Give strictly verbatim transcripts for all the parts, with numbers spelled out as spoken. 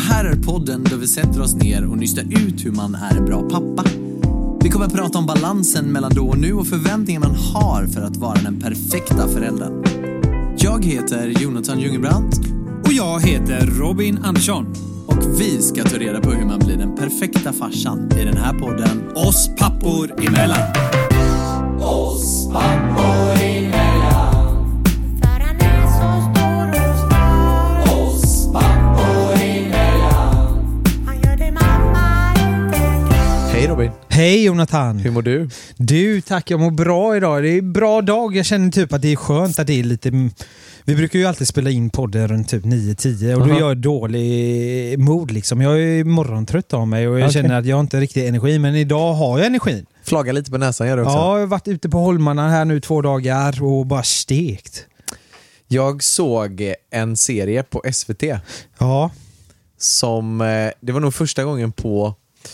här är podden där vi sätter oss ner och nystar ut hur man är en bra pappa. Vi kommer att prata om balansen mellan då och nu och förväntningar man har för att vara den perfekta föräldern. Jag heter Jonathan Jungebrandt. Och jag heter Robin Andersson. Och vi ska ta reda på hur man blir den perfekta farsan i den här podden Oss pappor emellan. Oss pappor emellan. För han är så stor och stark. Oss pappor emellan. Han gör det mamma inte kan. Hej Robin. Hej Jonathan. Hur mår du? Du, tack, jag mår bra idag. Det är en bra dag. Jag känner typ att det är skönt att det är lite... Vi brukar ju alltid spela in podden runt typ nio tio och då är jag dålig mod liksom. Jag är morgontrött av mig och jag Okay. känner att jag har inte riktigt energi, men idag har jag energin. Flaga lite på näsan gör du också. Ja, jag har varit ute på Holmarna här nu två dagar och bara stekt. Jag såg en serie på S V T Ja. som, eh, det var nog första gången på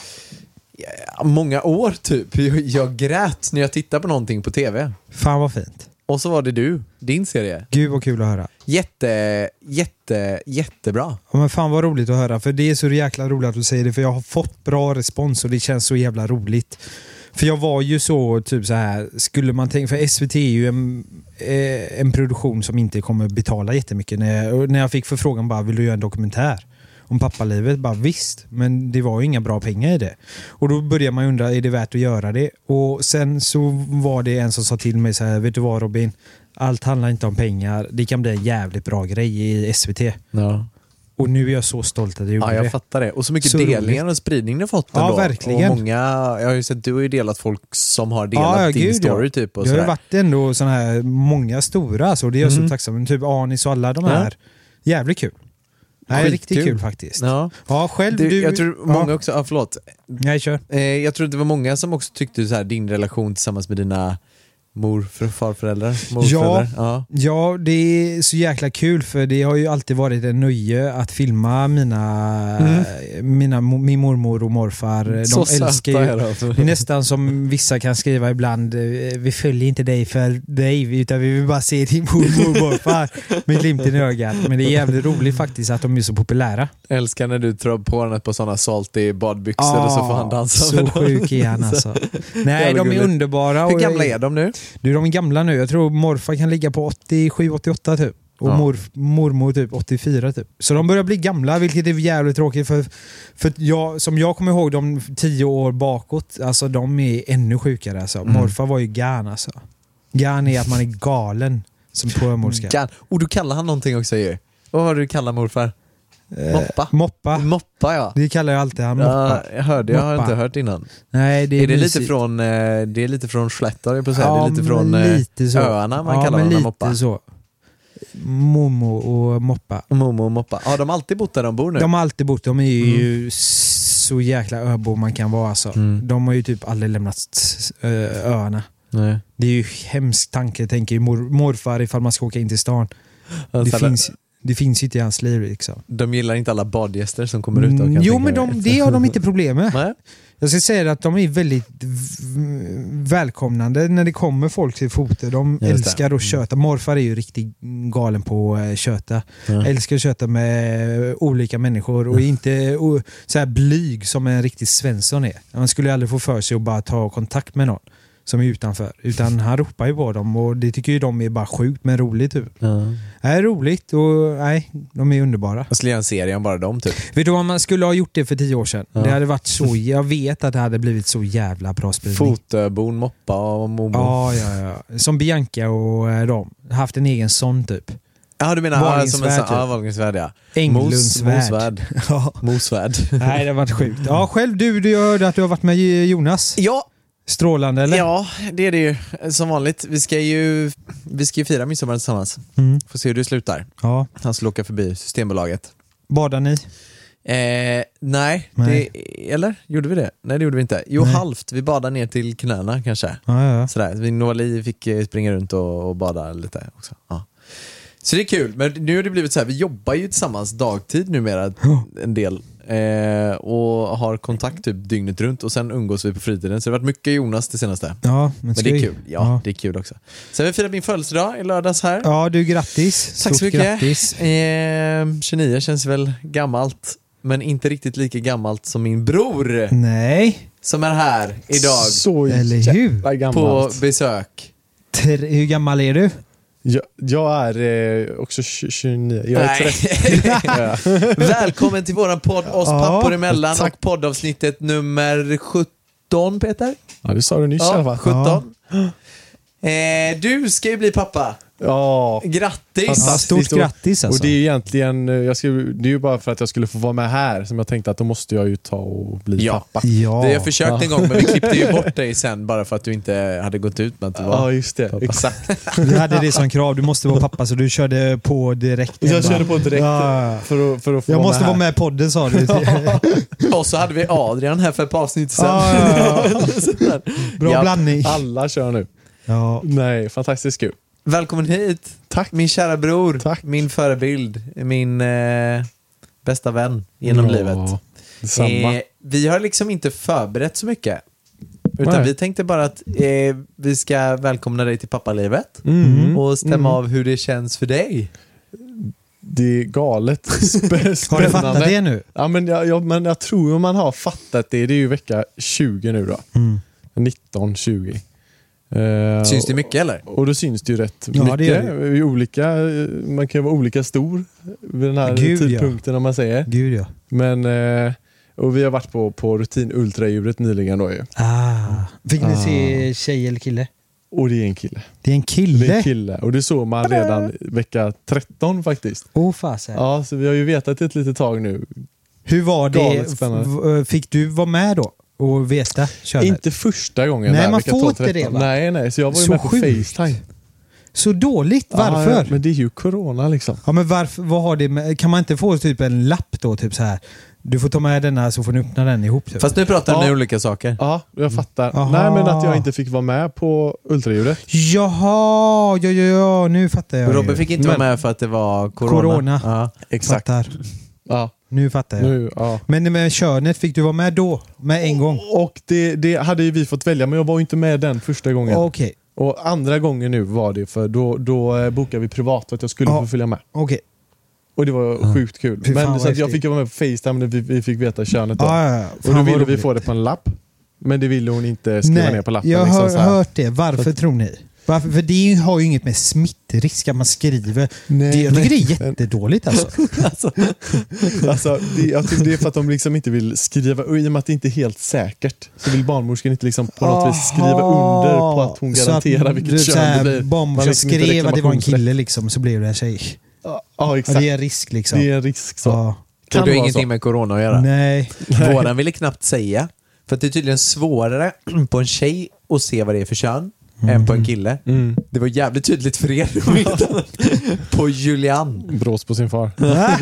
ja, många år typ. Jag, jag grät när jag tittade på någonting på tv. Fan vad fint. Och så var det du, din serie. Gud vad kul att höra. Jätte, jätte, jättebra. Ja, men fan vad roligt att höra, för det är så jäkla roligt att du säger det, för jag har fått bra respons och det känns så jävla roligt. För jag var ju så typ så här, skulle man tänka, för S V T är ju en, eh, en produktion som inte kommer betala jättemycket. När jag, när jag fick förfrågan bara, vill du göra en dokumentär om pappalivet? Bara visst, men det var ju inga bra pengar i det. Och då började man undra, är det värt att göra det? Och sen så var det en som sa till mig så här, vet du vad Robin? Allt handlar inte om pengar. Det kan bli en jävligt bra grej i S V T. Ja. Och nu är jag så stolt att jag gjorde Ja, jag det. fattar det. Och så mycket Så delningar roligt. och spridning du har fått Ja, ändå. verkligen. Och många, jag har ju sett, du har ju delat folk som har delat Ja, ja, din gud, story ja. typ. Och det har ju sådär. varit ändå såna här många stora, så det är jag Mm. så tacksam. Men typ Anis och alla de Ja. här. Jävligt kul. Nej, Skitkul. riktigt kul faktiskt. Ja. Ja, själv Du, du... jag tror många ja. också, ja, förlåt. Nej, kör. Eh, jag tror att det var många som också tyckte så här, din relation tillsammans med dina mor, farföräldrar, morföräldrar. Ja. Ja, det är så jäkla kul, för det har ju alltid varit en nöje att filma mina, Mm. mina min mormor och morfar. De Så älskar söta ju. är de. Det är nästan som vissa kan skriva ibland, eh, vi följer inte dig för dig, utan vi vill bara se din mormor och morfar med glimten i ögat. Men det är jävligt roligt faktiskt att de är så populära. Älskar när du drar på honom på sådana salty badbyxor och så får han dansa så med dem. sjuk är han alltså. Nej, Jävla de är gulligt. underbara. Hur och gamla jag- är de nu? Du, de är gamla nu. Jag tror morfar kan ligga på åttiosju åttioåtta typ. Och Ja. mor, mormor typ åttiofyra typ. Så de börjar bli gamla, vilket är jävligt tråkigt. För, för jag, som jag kommer ihåg de tio år bakåt, alltså de är ännu sjukare. Alltså. Mm. Morfar var ju gan alltså. Gan är att man är galen som påmorska. Gan. Och du kallar han någonting också ju. Vad var det du kallar morfar? Moppa? Eh, moppa. Moppa, ja. Det kallar jag alltid han. Moppa. Ja, jag hörde, jag har Moppa. inte hört innan. Nej, det är, Är det lite mysigt. från eh, det är lite från Slättar på att säga. Ja, det är lite men från eh, lite så. öarna man ja, kallar men dem lite Moppa. så. Momo och Moppa. Momo och Moppa. Ja, de har alltid bott där de bor nu. De har alltid bott, de är ju så jäkla öbo man kan vara alltså. Mm. De har ju typ aldrig lämnat ö, öarna. Nej. Det är ju hemskt tanke, tänker mor, morfar ifall man ska åka in till stan. Det Alltså, finns, det finns ju inte i hans liv liksom. de gillar inte alla badgäster som kommer ut. Och kan Mm, jo tänka men mig. de, det har de inte problem med. Nej. Jag ska säga att de är väldigt v- välkomnande när det kommer folk till foter. De Just det. älskar att köta. Morfar är ju riktigt galen på att köta. Ja. Älskar att köta med olika människor och inte o, så här blyg som en riktig Svensson är. Man skulle aldrig få för sig att bara ta kontakt med någon som är utanför. Utan han ropar ju på dem och det tycker ju de är bara sjukt men roligt typ. Ja. Det är roligt och nej, de är underbara. Jag skulle göra en serie om bara dem typ. Vet du vad, man skulle ha gjort det för tio år sedan? Ja. Det hade varit så, jag vet att det hade blivit så jävla bra spridning. Fotöbon, Moppa och Momo. Ja, ja, ja. Som Bianca och eh, de. Haft en egen sån typ. Ja, du menar ja, som en Wahlgrimsvärd, sån, ja, typ. Wahlgrimsvärd, ja. Englunds Mos, Mosvärd. Ja. Mosvärd. Nej, det har varit sjukt. Ja, själv du, du hörde att du har varit med Jonas. Ja, Strålande, eller? ja, det är det ju. Som vanligt. Vi ska ju, vi ska ju fira midsommar tillsammans. Mm. Får se hur det slutar. Ja. Han ska åka förbi Systembolaget. Badar ni? Eh, nej, Nej. Det, eller? Gjorde vi det? Nej, det gjorde vi inte. Jo, Nej. halvt. Vi badade ner till knäna kanske. Ja, ja, ja. Sådär. Vi Noali fick eh, springa runt och, och bada lite också. Ja. Så det är kul. Men nu har det blivit så här, vi jobbar ju tillsammans dagtid numera en del. Eh, och har kontakt typ dygnet runt och sen umgås vi på fritiden. Så det har varit mycket Jonas det senaste. Ja, men, Men det är kul. Ja, Ja. det är kul också. Sen har vi firat min födelsedag i lördags här. Ja, du, grattis. Tack så Stort mycket. Grattis. Eh, tjugonio känns väl gammalt. men inte riktigt lika gammalt som min bror Nej. som är här idag Så Eller hur? jävla på gammalt. besök. Ter- hur gammal är du? Jag, jag är eh, också tjugo, tjugonio. Jag är Nej. trettio. Välkommen till våran podd Oss Ja, pappor emellan tack. och poddavsnittet nummer sjutton, Peter? Ja, det sa du nyss i alla Ja, fall. sjutton. Eh, du ska ju bli pappa. Ja. Grattis! Ja, stort och- grattis alltså. Och det är ju egentligen, eh, jag ska, det är ju bara för att jag skulle få vara med här som jag tänkte att då måste jag ju ta och bli Ja. pappa. Ja. Det har jag försökt en gång, men vi klippte ju bort dig sen bara för att du inte hade gått ut med att du var Ja, just det. pappa. Exakt. Vi hade det som krav, du måste vara pappa så du körde på direkt. Jag Bara, körde på direkt Ja. för, att, för att få Jag vara måste med vara med i podden sa du. Och så hade vi Adrian här för ett par avsnitt sen. Ja, ja, Bra Ja. blandning. här. Alla kör nu. Ja. Nej, fantastiskt kul. Välkommen hit, Tack. min kära bror, Tack. min förebild, min eh, bästa vän genom Ja, livet. Detsamma. Eh, vi har liksom inte förberett så mycket. Utan Nej. vi tänkte bara att eh, vi ska välkomna dig till pappalivet Mm. och stämma Mm. av hur det känns för dig. Det är galet. Spä- Har du fattat spännande. det nu? Ja, men jag, jag, men jag tror man har fattat det. Det är ju vecka tjugo nu då. Mm. nitton tjugo. Eh, Syns det mycket eller? Och då syns det ju rätt Ja, mycket. det gör Vi är olika, man kan ju vara olika stor vid den här Gud, tidpunkten om man säger. Gud ja. Men, eh, och vi har varit på, på rutin ultraljudet nyligen då ju. Ah. Fick ni Ah. se tjej eller kille? Och det är en kille. Det är en Det är kille? en kille. Och det såg man redan vecka tretton faktiskt. Åh fasen. Ja, så vi har ju vetat ett litet tag nu. Hur var Galet det? spännande. F- Fick du vara med då? Och veta könet? Inte första gången Nej, där, man vecka får tolv, inte det, tretton. va? Nej, nej. Så jag var ju Så med på sjukt. FaceTime. Så dåligt? Varför? Ja, Ja, men det är ju corona liksom. men varför, vad har det med, kan man inte få typ en lapp då? Typ så här. Du får ta med denna så får ni öppna den ihop. Typ. Fast nu pratar Ja. ni olika saker. Ja, jag fattar. Aha. Nej, men att jag inte fick vara med på ultraljudet. Jaha, ja, ja, ja, nu fattar jag. Robin ju. fick inte Men- vara med för att det var corona. Corona. Ja. Exakt. Fattar. Ja, Nu fattar jag. nu, ja. Men med könet, fick du vara med då? Med en gång? Och det, det hade ju vi fått välja, men jag var ju inte med den första gången. Okej, Och andra gången nu var det för då, då eh, bokade vi privat för att jag skulle Ja. få följa med. okej. Och det var sjukt kul. Fy fan, Men vad så att jag häftigt. fick ju vara med på FaceTime när vi, vi fick veta könet då. Ja, ja, ja. Och Fan, då vad ville vi roligt. få det på en lapp. Men det ville hon inte skriva Nej, ner på lappen. jag har liksom så här. hört det. Varför tror ni? Varför? För det har ju inget med smittrisk att man skriver. Nej, det, jag tycker nej. det är jättedåligt alltså. Alltså, det, jag tror det är för att de liksom inte vill skriva, och i och med att det inte är helt säkert så vill barnmorskan inte liksom på något vis skriva Aha. under på att hon Så garanterar att, vilket du, kön så här, det blir. Man Barnmorskan liksom inte skrev att det var en reklamationsrätt. kille liksom, så blev det en tjej. Ja, Ja, exakt. det är en risk liksom. Det är en risk så. Ja. Kan Och det har vara ingenting så. med corona att göra. Nej. Våran ville knappt säga. För att det är tydligen svårare på en tjej att se vad det är för kön än på en kille. Mm. Det var jävligt tydligt för er. På Julian. Brås på sin far.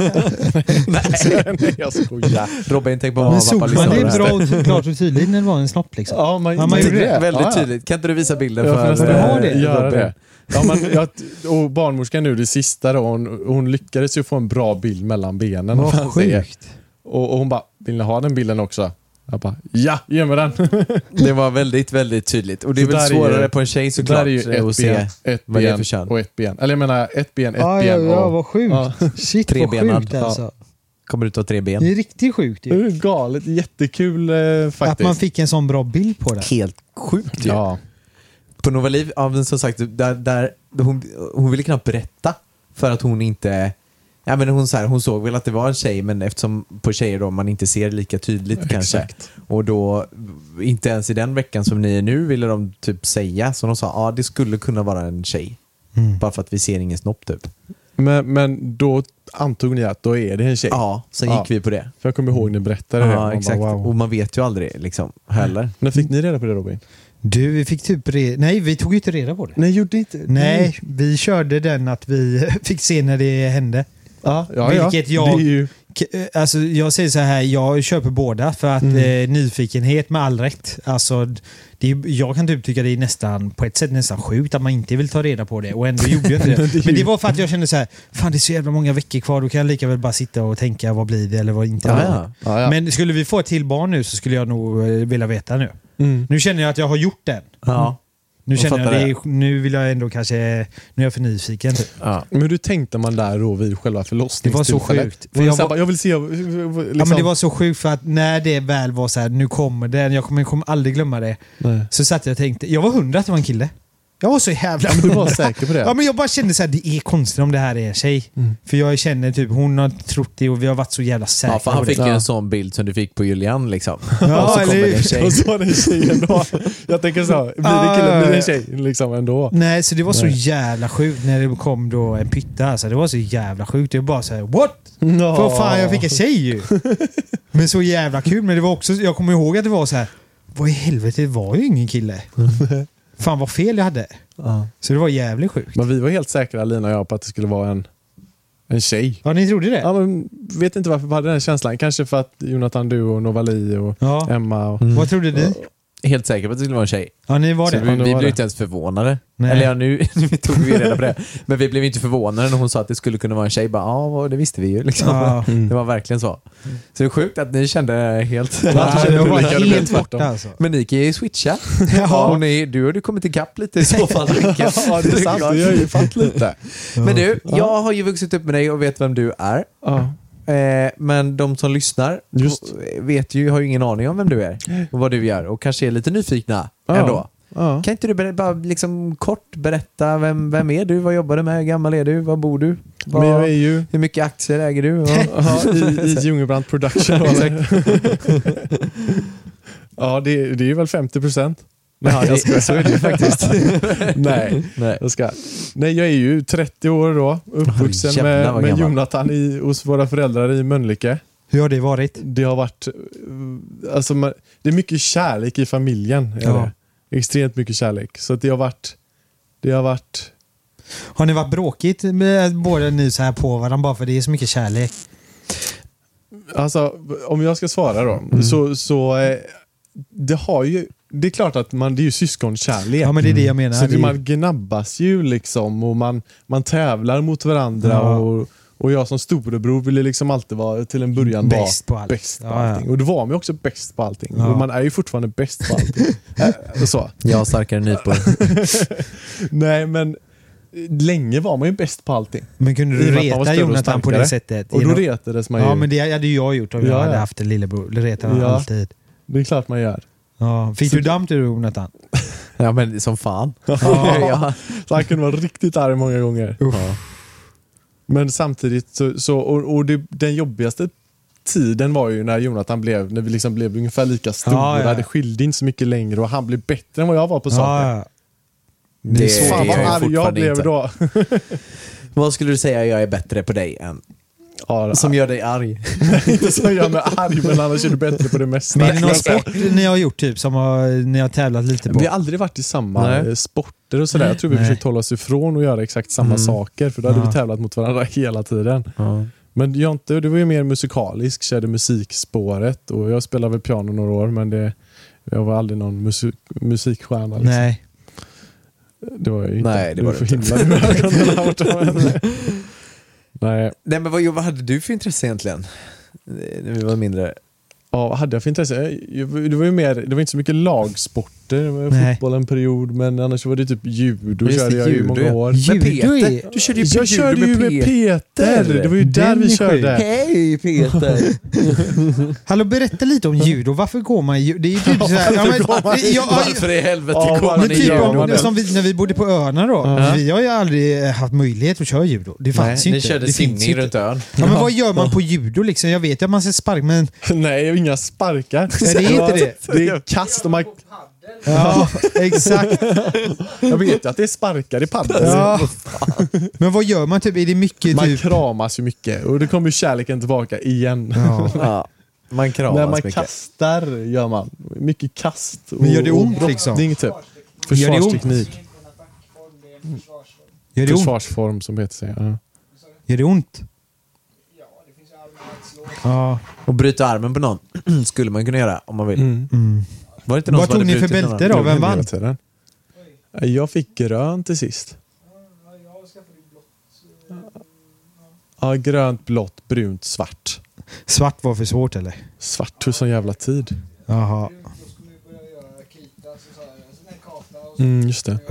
Nej, jag skojar. Robin, tänk på vad Men mamma och såg pappa man lyssnar det på det här. bra, klart och tydligt när det var en snopp liksom? Ja, man, Ja, man gjorde det. Väldigt Ja, ja. tydligt. Kan inte du visa bilden Jag får för nästan Du har det? eh, göra Robin? det. Ja, men, jag, och barnmorskan nu, det sista då, hon, hon lyckades ju få en bra bild mellan benen. om man Vad säger. sjukt. Och, och hon bara, vill ni ha den bilden också? Jag bara, ja, ge mig den. Det var väldigt, väldigt tydligt. Och det är Så väl där är svårare ju- på en tjej Där såklart är ju att ett se ben, ett vad det är för ben kön. och ett ben. Eller jag menar, ett ben, ett Ja, ja, ben ja, och... vad sjukt. Ja. Shit, vad Trebenad. sjukt alltså. Kommer ut av tre ben. Det är riktigt sjukt Det ju. är galet, jättekul eh, faktiskt. Att man fick en sån bra bild på det. Helt sjukt ju. Ja. På Novaliv, ja, men som sagt, där, där, hon, hon ville knappt berätta för att hon inte... Ja, men hon, så här, hon såg väl att det var en tjej, men eftersom på tjejer då man inte ser lika tydligt kanske. Exakt. Och då, inte ens i den veckan som ni är nu ville de typ säga. Så de sa, ja det skulle kunna vara en tjej. Mm. Bara för att vi ser ingen snopp typ. Men, men då antog ni att då är det en tjej? Ja, sen Ja. gick vi på det. För jag kommer ihåg ni berättade det. Ja, Man bara, exakt. wow. Och man vet ju aldrig liksom, heller. När fick ni reda på det, Robin? Du, vi fick typ... Re- Nej, vi tog ju inte reda på det. Nej, gjorde inte. Nej, vi körde den att vi fick se när det hände. Ja, ja, Vilket ja. jag- Det är ju... K- Alltså, jag säger så här, jag köper båda för att Mm. eh, nyfikenhet med all rätt. Alltså, det är, jag kan typ tycka det är nästan, på ett sätt nästan sjukt att man inte vill ta reda på det och ändå gjorde jag inte det. Men det var för att jag kände så här, fan det är så jävla många veckor kvar, då kan jag lika väl bara sitta och tänka vad blir det eller vad inte. Ja, blir. ja. Ja, ja. Men skulle vi få ett till barn nu så skulle jag nog eh, vilja veta nu. Mm. Nu känner jag att jag har gjort den. Ja. Nu Jag känner jag fattar det. Nu vill jag ändå kanske... Nu är jag för nyfiken. Typ. Ja. Men hur tänkte man där då vid själva förlossningstillfället? Det var så sjukt. För jag, jag, var... jag vill se... Liksom... ja, men det var så sjukt för att när det väl var så här, nu kommer det, jag kommer, jag kommer aldrig glömma det. Nej. Så satt jag och tänkte, jag var hundra att det var en kille. Jag var så jävla Men du var hundra. säker på det? Ja, men jag bara kände så här, det är konstigt om det här är en tjej. Mm. För jag känner typ, hon har trott det och vi har varit så jävla säkra Ja, för han på det. fick ju Ja. en sån bild som du fick på Julian liksom. Ja, och så kommer eller- det en tjej. Och så var det en tjej ändå. Jag tänker så, blir det kille, blir det en tjej liksom ändå? Nej, så det var så Nej. jävla sjukt när det kom då en pytta. Alltså, det var så jävla sjukt. Det var bara så här, what? No. För fan, jag fick en tjej ju. Men så jävla kul. Men det var också, jag kommer ihåg att det var så här, vad i helvete, det var ju ingen kille. Fan vad fel jag hade. Ja. Så det var jävligt sjukt. Men vi var helt säkra, Lina och jag, på att det skulle vara en, en tjej. Ja, ni trodde det? Ja, men vet inte varför vi hade den känslan. Kanske för att Jonathan, du och Novali och Ja. Emma och... Vad trodde ni? Helt säker på att det skulle vara en tjej. Ja, ni var Så det. vi, Ja, det vi var blev det. inte ens förvånade. Nej. Eller ja, nu, nu tog vi reda på det. Men vi blev inte förvånade när hon sa att det skulle kunna vara en tjej. Bara, ja, det visste vi ju. Liksom. Ja. Det var verkligen så. Så det är sjukt att ni kände helt... Ja, kände jag var olika, det blev helt tvärtom. borta alltså. Men ni kan ju switcha. Ja. Hon är, du har du kommit ikapp lite i så fall. Ja, det är sant. Jag har ju fatt lite. Men du, jag har ju vuxit upp med dig och vet vem du är. Ja. Eh, men de som lyssnar Just. vet ju, har ju ingen aning om vem du är och vad du gör och kanske är lite nyfikna Ja. ändå. Ja. Kan inte du ber- bara liksom kort berätta vem, vem är du, vad jobbar du med, hur gammal är du, var bor du? Vad, Men jag är ju hur mycket aktier äger du? Och, ja, i, i Ljungbrand Production. Ja, det, det är ju väl femtio procent. ja, det, så är det ju faktiskt. Nej, Nej. jag ska. Nej, jag är ju trettio år då. Uppvuxen Oj, jävlar med, vad med gammal. Jonathan i, hos våra föräldrar i Mölnlycke. Hur har det varit? Det har varit... eh, Alltså, man, det är mycket kärlek i familjen. Är Ja. det. Extremt mycket kärlek. Så att det har varit... Det har varit... Har ni varit bråkigt med båda ni så här på varandra bara för det är så mycket kärlek? Alltså, om jag ska svara då. Så, så eh, det har ju... Det är klart att man, det är ju syskonkärlek. Ja, men det är det jag menar. Så Det det, är- man gnabbas ju liksom och man, man tävlar mot varandra Ja. och, och jag som storebror ville liksom alltid vara till en början Bäst på vara allt. bäst på Ja, ja. allting. Och det var man ju också bäst på allting. Ja. Och man är ju fortfarande bäst på allting. Äh, så. Jag har starkare nypor. Nej, men länge var man ju bäst på allting. Men kunde I du och med att man var reta större och Jonathan på det starkare. sättet? Och då Genom- retades man ju. Ja, men det hade ju jag gjort om jag Ja, hade ja. haft en lillebror. Det retade han Ja. alltid. Det är klart man gör. Ja. Fick Så- du damm till Jonathan? Ja, men som fan. Ja. Ja. Så han kunde vara riktigt arg många gånger. Uff. Ja. Men samtidigt så, så och, och det, den jobbigaste tiden var ju när Jonathan blev, när vi liksom blev ungefär lika stora. Ja, ja. Det skilde inte så mycket längre och han blev bättre än vad jag var på saker. Ja, ja. Det, så- Fan det vad är arg jag fortfarande blev inte. då. Vad skulle du säga jag är bättre på dig än? Ja, Som gör dig arg? inte så jag med arg, men annars är du bättre på det mesta. Men är det någon sport ni har gjort typ som har, ni har tävlat lite på? Vi har aldrig varit i samma Nej. eh, sporter och sådär. Jag tror vi Nej. försökt hålla oss ifrån och göra exakt samma Mm. saker. För då hade Ja. vi tävlat mot varandra hela tiden. Ja. Men jag inte, det var ju mer musikalisk, körde musikspåret och jag spelade väl piano några år men det, jag var aldrig någon musik, musikstjärna. Liksom. Nej. Det var jag ju inte. Nej, det var för du himla i ögonen här borta, men- Nej, Nej, men vad, vad hade du för intresse egentligen? När vi var mindre. ja, vad hade jag för intresse? Jag- Det var ju mer, det var inte så mycket lagsporter, med Nej. fotboll en period, men annars var det typ judo Just körde det, jag ju i judo, många ja. år. Med Judo Peter. är- Du körde ju på Jag körde ju med Peter, det var ju där Den vi är sjuk. körde. Hej Peter! Hallå, berätta lite om judo. Varför går man ju? Det är ju typ så här, ja, men, ja, Varför i helvete Ja, går men men man i typ gör om, man det? som vi, när vi bodde på öarna då. Ja. Vi har ju aldrig haft möjlighet att köra judo. Det fanns ju Ni inte. körde det finns ju simning inte. runt ön. Ja, men vad gör man på judo liksom? Jag vet ju att man ser spark, men Nej, inga sparkar. Nej, det är inte det. Det är kast och man... ja, exakt. Jag vet ju att det är sparkar i padel. Ja. Men vad gör man typ? Är det mycket Man typ? kramas ju mycket och det kommer ju kärleken tillbaka igen. Ja. Ja. Man kramas När man mycket. kastar gör man. Mycket kast. Och, Men gör det ont, och liksom? brottning, typ. Gör det ont? Försvarsteknik. Gör det ont? Försvarsform som heter sig. Ja. Gör det ont? Ja. Och bryta armen på någon skulle man kunna göra om man vill. Mm. Var det inte någon Vad som tog hade ni för brutit någon bälte annan? då? Vem vann? Hela tiden. Jag fick grönt till sist. Ja, grönt, blått, brunt, svart. Svart var för svårt eller? Svart tog sån jävla tid. Jaha. Mm, just det.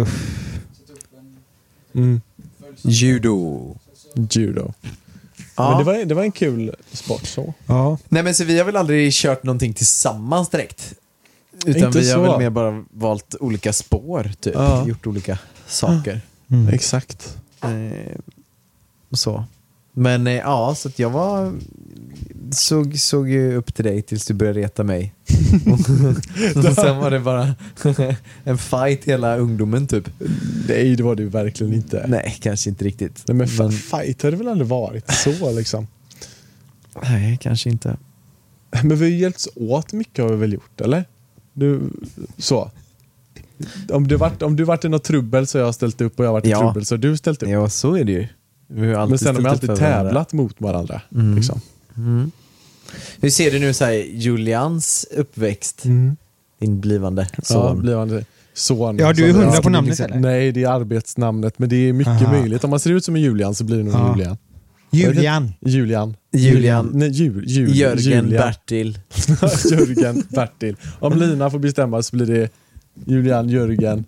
Mm. Judo. Judo. Ja. Men det var, det var en kul sport så. Ja. Nej men så vi har väl aldrig kört någonting tillsammans direkt. Utan Inte vi har så. väl mer bara valt olika spår typ. Ja. Gjort olika saker. Mm. Exakt. Eh, och så. Men eh, ja, så att jag var såg, såg ju upp till dig tills du började reta mig. Och sen var det bara en fight hela ungdomen typ. Nej, det var det ju verkligen inte. Nej, kanske inte riktigt. Nej, men fa- fight har det väl aldrig varit så liksom. Nej, kanske inte. Men vi har ju hjälpts åt mycket har vi väl gjort, eller? Du, så. Om du varit, om du varit i något trubbel så har jag ställt upp och jag har varit i Ja. trubbel så har du ställt upp. Ja, så är det ju. Vi har alltid Men sen har vi ställt upp alltid för varandra. tävlat mot varandra. Mm. Liksom. Mm. Hur ser du nu så här, Julians uppväxt? Mm. Din blivande Ja, son. blivande son. Ja, du är Så- hundra ja, på namnet liksom- eller? Nej, det är arbetsnamnet, men det är mycket Aha. möjligt. Om man ser ut som en Julian så blir det nog Ja. Julian. Julian. Julian. Julian. Nej, Jul, Jul, Jörgen, Julian. Bertil. Jörgen, Bertil. Om Lina får bestämma så blir det Julian, Jörgen.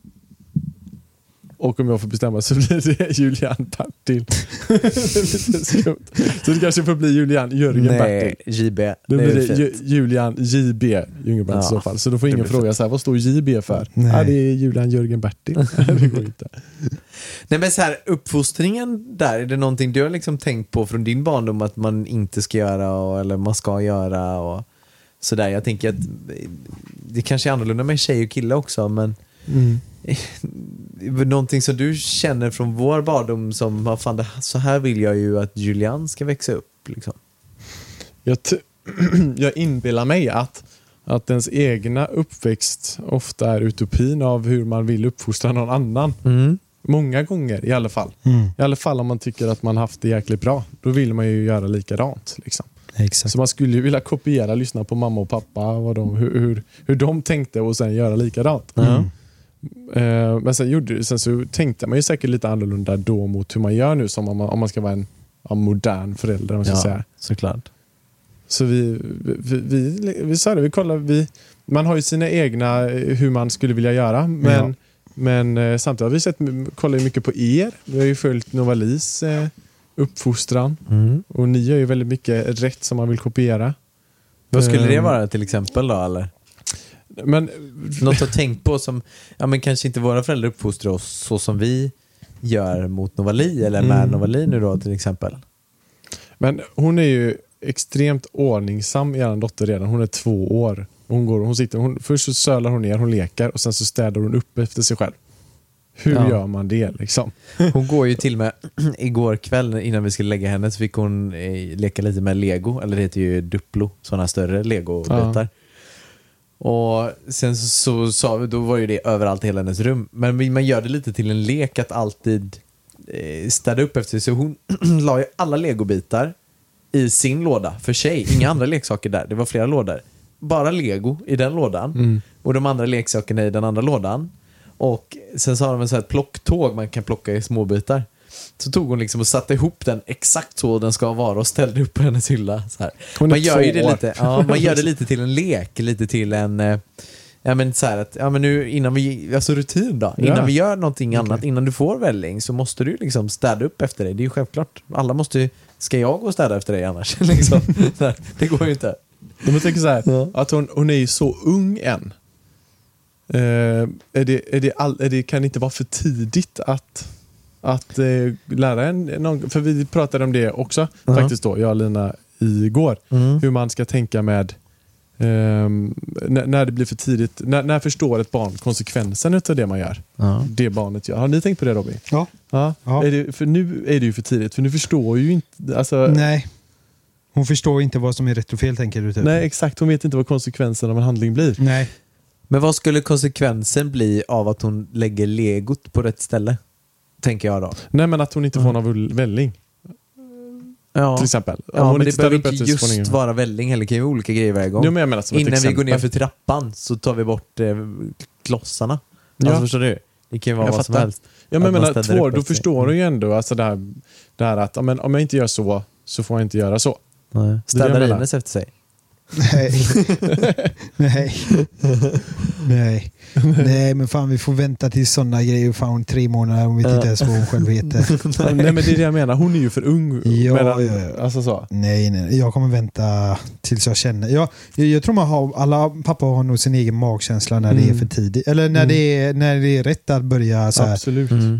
Och om jag får bestämma så blir det Julian, Bertil. Det är lite skumt. Så det kanske får bli Julian, Jörgen, Nej, Bertil. J B. Då Det blir är det fint. Ju- Julian J B Ljungberg Ja, i så fall. Så då får det ingen blir fråga så här, vad står J B för? Nej. Ja, det är Julian, Jörgen, Bertil. Det går inte. Nej men så här, uppfostringen där, är det någonting du har liksom tänkt på från din barndom att man inte ska göra och, eller man ska göra och sådär. Jag tänker att det kanske är annorlunda med tjej och kille också, men Mm. någonting som du känner från vår barndom som, vad fan, det, så här vill jag ju att Julian ska växa upp liksom. Jag, t- jag inbillar mig att, att ens egna uppväxt ofta är utopin av hur man vill uppfostra någon annan. Mm. Många gånger i alla fall. Mm. I alla fall om man tycker att man haft det jäkligt bra. Då vill man ju göra likadant. Liksom. Exakt. Så man skulle ju vilja kopiera, lyssna på mamma och pappa, vad de, hur, hur, hur de tänkte och sen göra likadant. Mm. Eh, men sen, gjorde, sen så tänkte man ju säkert lite annorlunda då mot hur man gör nu, som om man, om man ska vara en ja, modern förälder. Om man ska Ja, säga. såklart. Så vi, vi, vi, vi sa det, vi kollar, vi, man har ju sina egna eh, hur man skulle vilja göra, men, Ja. men eh, samtidigt har vi sett, kollar ju mycket på er. Vi har ju följt Novalis eh, uppfostran Mm. och ni gör ju väldigt mycket rätt som man vill kopiera. Vad skulle det Ehm. vara till exempel då, eller? Men Något att tänka på som, ja men kanske inte våra föräldrar uppfostrar oss så som vi gör mot Novali eller med Mm. Novali nu då till exempel. Men hon är ju extremt ordningsam, er dotter redan. Hon är två år. Hon går, hon sitter, hon, först så sölar hon ner, hon leker och sen så städar hon upp efter sig själv. Hur Ja. gör man det liksom? Hon går ju till med igår kväll innan vi skulle lägga henne så fick hon eh, leka lite med Lego, eller det heter ju Duplo, sådana större Lego-bitar. Och sen så, så sa vi, då var ju det överallt i hela hennes rum. Men man gör det lite till en lek att alltid eh, städa upp efter sig. Så hon la ju alla Lego-bitar i sin låda för sig. Inga andra leksaker där. Det var flera lådor. Bara Lego i den lådan. Mm. Och de andra leksakerna i den andra lådan. Och sen så har de en sån här plocktåg man kan plocka i små bitar. Så tog hon liksom och satte ihop den exakt så den ska vara och ställde upp på hennes hylla. Så här. Hon är Man gör ju två det år. lite, ja, man gör det lite till en lek, lite till en eh, ja men så här att ja men nu innan vi alltså rutin då, innan Ja. vi gör någonting Okej. annat, innan du får välling så måste du liksom städa upp efter dig. Det är ju självklart. Alla måste ju, ska jag gå och städa efter dig annars liksom. Så här, det går ju inte. Men jag tänker så här, Ja. att hon, hon är ju så ung än. Eh, är det, är det all, är det, kan det inte vara för tidigt att, att eh, lära en någon, för vi pratade om det också Ja. faktiskt då, jag och Lina igår, Mm. hur man ska tänka med ehm, när, när det blir för tidigt, när, när förstår ett barn konsekvensen av det man gör, Ja. det barnet gör. Har ni tänkt på det, Robin? Ja. Ja. Ja. Är det, för nu är det ju för tidigt, för nu förstår ju inte, alltså, Nej. Hon förstår inte vad som är rätt och fel, tänker du typ. nej exakt, hon vet inte vad konsekvensen av en handling blir. Nej. Men vad skulle konsekvensen bli av att hon lägger legot på rätt ställe? Tänker jag då. Nej, men att hon inte får någon välling. Ja. Till exempel. Om Ja, hon men det ställer behöver upp inte efter så får hon just ingen- vara välling heller. Det kan ju vara olika grejer varje gång. Jo, men jag menar som ett Innan vi exempel. går ner för trappan så tar vi bort eh, klossarna. Ja. Alltså förstår du? Det kan ju vara Jag vad som fattar. helst. Ja, men Att jag man menar, ställer två, upp då efter sig. förstår hon ju ändå alltså det här, det här att ja, men, om jag inte gör så så får jag inte göra så. Nej. Det är det jag Städar menar. Ines efter sig. Nej. Nej. Nej. Nej, men fan vi får vänta till sådana grejer. Fan tre månader, hon vet inte ens vad hon själv heter. Nej men det är det jag menar, hon är ju för ung. Ja, medan, ja, ja. Alltså så. Nej, nej, jag kommer vänta tills jag känner. Jag, jag, jag tror man har, alla pappa har nog sin egen magkänsla när Mm. det är för tidigt. Eller när, Mm. det är, när det är rätt att börja så här. Absolut. Mm.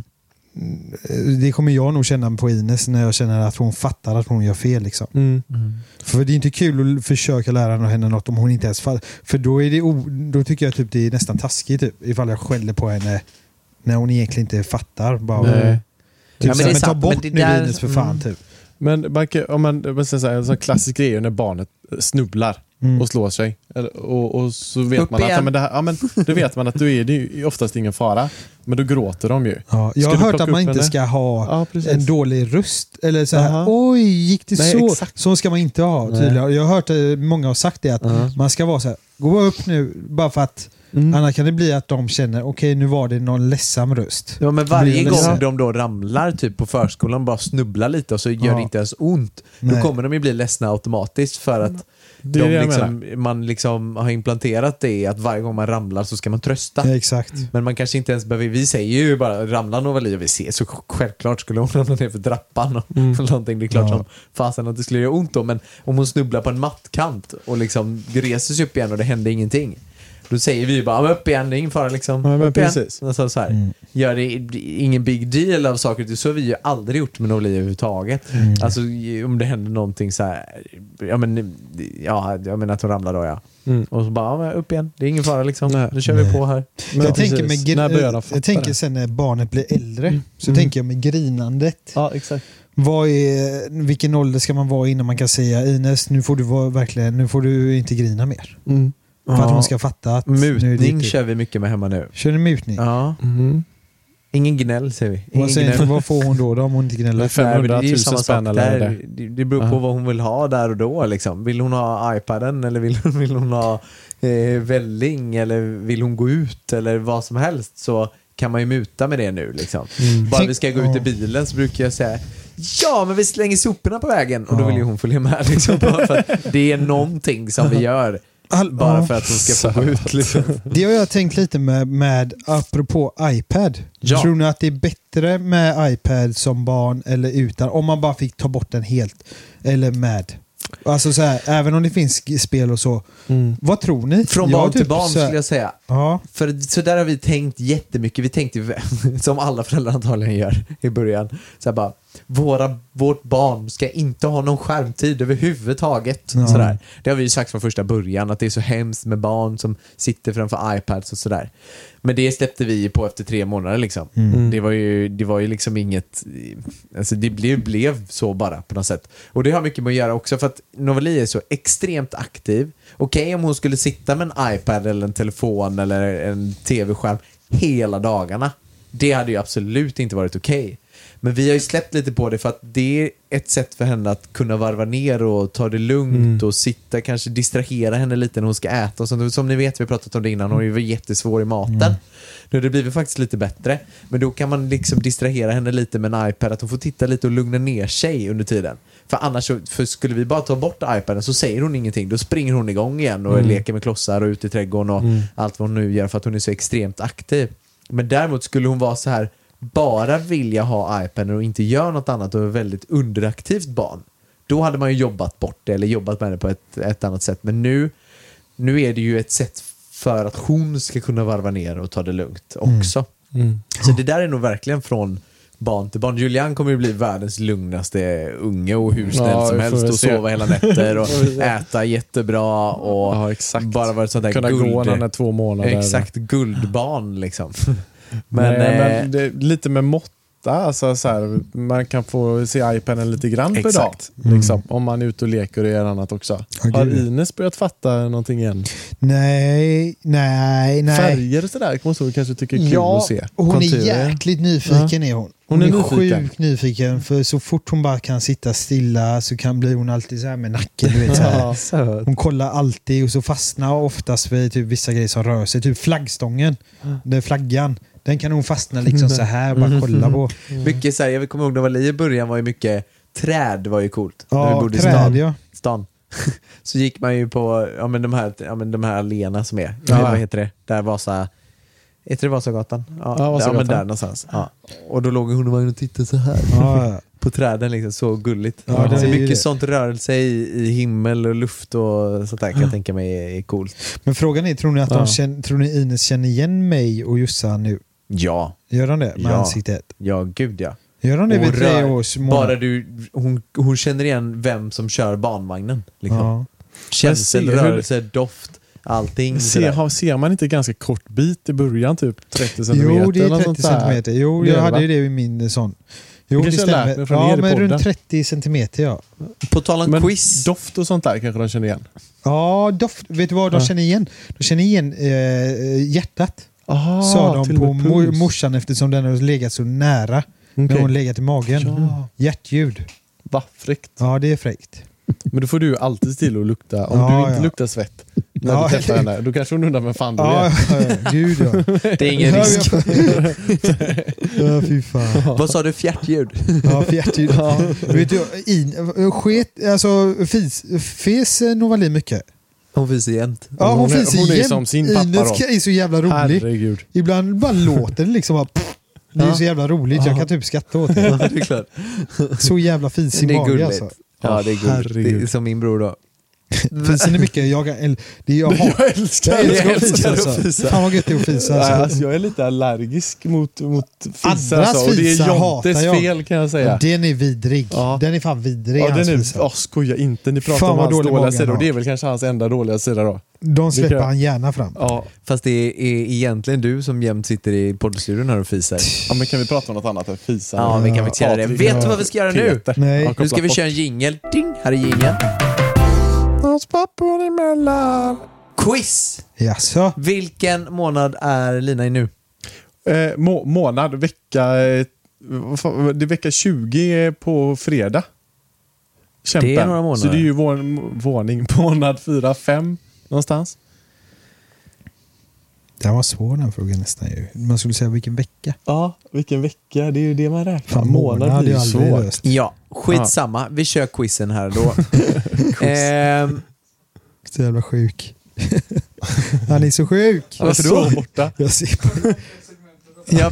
Det kommer jag nog känna på Ines när jag känner att hon fattar att hon gör fel liksom. Mm. För det är inte kul att försöka lära henne något om hon inte ens fall. För då är det o, då tycker jag typ det är nästan taskigt typ, ifall jag skäller på henne när hon egentligen inte fattar. Bara, Nej. typ, Ja, men så, det är men ta sant, bort men det nu där- Ines för fan mm. typ. Men man kan, om man, man säger så här, en sån klassisk grej är när barnet snubblar Mm. och slår sig. Eller, och, och så vet Upp man att, igen. ja, men det här, ja, men, då vet man att då är det ju oftast ingen fara. Men då gråter de ju. Ja, jag Ska har du hört plocka att man upp inte henne? ska ha Ja, precis. en dålig röst. Eller så här, Aha. oj, gick det Nej, så? exakt. Så ska man inte ha Nej. tydligen. Jag har hört att många har sagt det, att Ja. man ska vara så här, gå upp nu, bara för att Mm. annars kan det bli att de känner, okej nu var det någon ledsam röst. Ja, men Blir varje jag gång ledsen? de då ramlar typ på förskolan, bara snubblar lite och så gör Ja. det inte ens ont. Nej. Då kommer de ju bli ledsna automatiskt för att Det är de det jag liksom, man liksom har implanterat det i att varje gång man ramlar så ska man trösta. Ja, exakt. Men man kanske inte ens behöver, vi säger ju bara ramla Novali och vi ser så självklart skulle hon ramla ner för trappan och Mm. någonting, det är klart Ja. som fasen att det skulle göra ont då, men om hon snubblar på en mattkant och liksom reser sig upp igen och det händer ingenting, då säger vi ju bara upp igen, det är ingen fara liksom. Ja, men upp igen. precis. Alltså, så här, Mm. gör det ingen big deal av saker, så har vi ju aldrig gjort med Novali överhuvudtaget. Mm. Alltså om det händer någonting så här, ja men ja, jag menar att hon ramlar då ja. Mm. Och så bara ja, men upp igen, det är ingen fara liksom. Nej. Nu kör vi Nej. på här. Men jag, tänker precis. med När börjar de gr- fatta jag tänker det? sen när barnet blir äldre, så Mm. tänker jag med grinandet. Ja, exakt. Vad är, vilken ålder ska man vara innan man kan säga, Ines, nu får du vara, verkligen, nu får du inte grina mer. Mm. För att hon ska fatta att nu är det Mutning riktigt. kör vi mycket med hemma nu. Kör ni mutning? Ja. Mm. Ingen gnäll säger vi. Ingen Vad, säger ni, gnäll. vad får hon då, då om hon inte gnäller? Men femhundra det är ju tusen samma spänn sak eller där. det. Det, det beror på Ja. vad hon vill ha där och då. Liksom. Vill hon ha iPaden eller vill, vill hon ha eh, välling eller vill hon gå ut eller vad som helst, så kan man ju muta med det nu. Liksom. Mm. Bara Tänk- vi ska gå ut i ja. bilen så brukar jag säga ja, men vi slänger soporna på vägen och då Ja. vill ju hon följa med. Liksom, bara för att det är någonting som vi gör All, bara ja. för att hon ska få gå ut. Liksom. Det har jag tänkt lite med, med apropå iPad. Ja. Tror ni att det är bättre med iPad som barn eller utan? Om man bara fick ta bort den helt. Eller med. Alltså så här, även om det finns spel och så. Mm. Vad tror ni? Från Jag har barn till typ barn så här- skulle jag säga. Ja. För så där har vi tänkt jättemycket. Vi tänkte ju, som alla föräldrar antagligen gör i början. Så här bara, våra, vårt barn ska inte ha någon skärmtid överhuvudtaget. Ja. Sådär. Det har vi ju sagt från första början, att det är så hemskt med barn som sitter framför iPads och sådär. Men det släppte vi på efter tre månader liksom. Mm. Det var ju, det var ju liksom inget, alltså det blev, blev så bara på något sätt. Och det har mycket med att göra också för att Novali är så extremt aktiv. Okej, om hon skulle sitta med en iPad eller en telefon eller en tv-skärm hela dagarna, det hade ju absolut inte varit okej. Men vi har ju släppt lite på det för att det är ett sätt för henne att kunna varva ner och ta det lugnt Mm. och sitta, kanske distrahera henne lite när hon ska äta och sånt. Som ni vet, vi har pratat om det innan, hon är ju jättesvår i maten. Mm. Nu har det blivit faktiskt lite bättre. Men då kan man liksom distrahera henne lite med en iPad, att hon får titta lite och lugna ner sig under tiden. För annars så, för skulle vi bara ta bort iPaden så säger hon ingenting. Då springer hon igång igen och Mm. leker med klossar och ut i trädgården och Mm. allt vad hon nu gör för att hon är så extremt aktiv. Men däremot skulle hon vara så här, bara vilja ha iPaden och inte göra något annat och är väldigt underaktivt barn, då hade man ju jobbat bort det eller jobbat med det på ett, ett annat sätt. Men nu, nu är det ju ett sätt för att hon ska kunna varva ner och ta det lugnt också. Mm. Så det där är nog verkligen från barn till barn. Julian kommer ju bli världens lugnaste unge och hur snäll Ja, som vi får helst väl och se. sova hela nätter och äta jättebra och Ja, exakt. bara vara ett sånt där Kunna guld. gå när han är två månader. Exakt, guldbarn liksom. Men, Men, Nej, eh, men det är lite med måtta. Alltså, så här, man kan få se iPaden lite grann per dag. Exakt. Liksom, om man är ute och leker och gör annat också. Ja, Har gud. Ines börjat fatta någonting igen? Nej, nej, nej. Färger och sådär måste hon kanske tycka är kul Ja, att se. hon Konturer. är jäkligt nyfiken är hon. Hon Hon är är, nyfiken. sjukt nyfiken, för så fort hon bara kan sitta stilla så kan bli hon alltid så här med nacken, du vet, så här. Ja. söt. Hon kollar alltid och så fastnar oftast vid typ vissa grejer som rör sig, typ flaggstången, det är flaggan. Den kan hon fastna liksom så här och bara kolla på. Mycket så här, jag kommer ihåg när jag var i början var ju mycket träd var ju coolt. När vi Ja, bodde i träd stan. ja. stan. så gick man ju på ja, men de här, ja, men de här alléerna som är. Ja. Vad heter det? Där Vasa... Heter det Vasagatan? Ja, Ja, där, Vasagatan. ja men där någonstans. Ja. Och då låg hon och Magnus och tittade så här. Ja, ja. På träden liksom, så gulligt. Ja, det så är ju mycket det. sånt rörelse i, i himmel och luft och sånt där kan jag tänka mig är, är coolt. Men frågan är, tror ni att Ja. de känner, tror ni Ines känner igen mig och Jossan nu? Ja, Gör de det med Ja. ansiktet? ja gud ja. Gör de det Och vid tre rör- års månad? Bara du, hon, hon känner igen vem som kör barnvagnen. Liksom. Ja. Känsel, Men se hur- rörelse, doft, allting. Se, sådär. har, ser man inte ganska kort bit i början, typ trettio centimeter? Jo, det är eller något trettio sånt där? centimeter. Jo, Det är jag det, hade va? ju det i min sån. Jo, Det det kanske jag har lärt mig stämmer. från Ja, er i men podden. runt trettio centimeter, ja. På tal om Men quiz. doft och sånt där kanske de känner igen. Ja, doft. Vet du vad de Ja. känner igen? De känner igen eh, hjärtat. Aha, Sa de till och på med mor- puls. morsan eftersom den har legat så nära. När Okej. hon legat i magen. Ja. Hjärtljud. Va, fräckt. Ja, det är fräckt. Men då får du alltid till att lukta. Om Ja, du inte ja. luktar svett när Ja, du träffar eller- henne, då kanske hon undrar vem fan du Ja, är. ja, ja, gud ja. Det är ingen Ja, risk. Ja, fy fan. Vad sa du? Fjärtljud? Ja, fjärtljud. Ja. Vet du, in, sket, alltså fis, fes Novalin mycket. Hon fiser jämt. Ja, hon, Hon är- finns hon är igen. som sin pappa Ines då. är så jävla rolig. Herregud. Ibland bara låter det liksom bara, pff. Det är Ja. så jävla roligt. Jag kan typ skratta åt det. Ja, det är klart. Så jävla fisig Det är mage gulligt. alltså. Ja, det är gulligt. Herregud. Det är som min bror då. Fisen är mycket. Jag, el- det jag, har, Jag älskar, jag älskar jag att älskar fisa. att Alltså. fisa. Fan vad gött det är att fisa. Nej, Alltså. alltså, jag är lite allergisk mot, mot fisar. Andras Alltså, och det fisar är hatar Jontes jag. fel kan jag säga. Och den är vidrig. Ja. Den är fan vidrig. Ja, hans den är, fisa. oh, skoja inte. Ni pratar Fan, om vad hans dålig dåliga magen sida och har. det är väl kanske hans enda dåliga sida då. De släpper Vilka- han gärna fram. Ja, Fast det är egentligen du som jämt sitter i poddstudion här och fiser. ja men kan vi prata om något annat än fisar? Ja, vi kan faktiskt göra det. Patrik, Vet du ja. vad vi ska göra nu? Peter. Nej. Ja, Nu koppla ska vi bort. köra en jingle. Ding! Här är jingeln. Oss pappor emellan. Quiz! Jaså? Vilken månad är Lina i nu? Eh, må, månad, vecka... Eh, vad fan, det är vecka tjugo på fredag. Kämpen. Det är några månader. Så det är ju vår, våning månad fyra, fem någonstans. Det var svår den frågan nästan ju. Man skulle säga vilken vecka. Ja, vilken vecka. Det är ju det man räknar. Fan, månad månad hade blir jag ju aldrig svårt. löst. Ja, skitsamma. Vi kör quizen här då. ehm, Så jävla sjuk. Han är så sjuk. Varför då? Så borta. Jag ser på ja.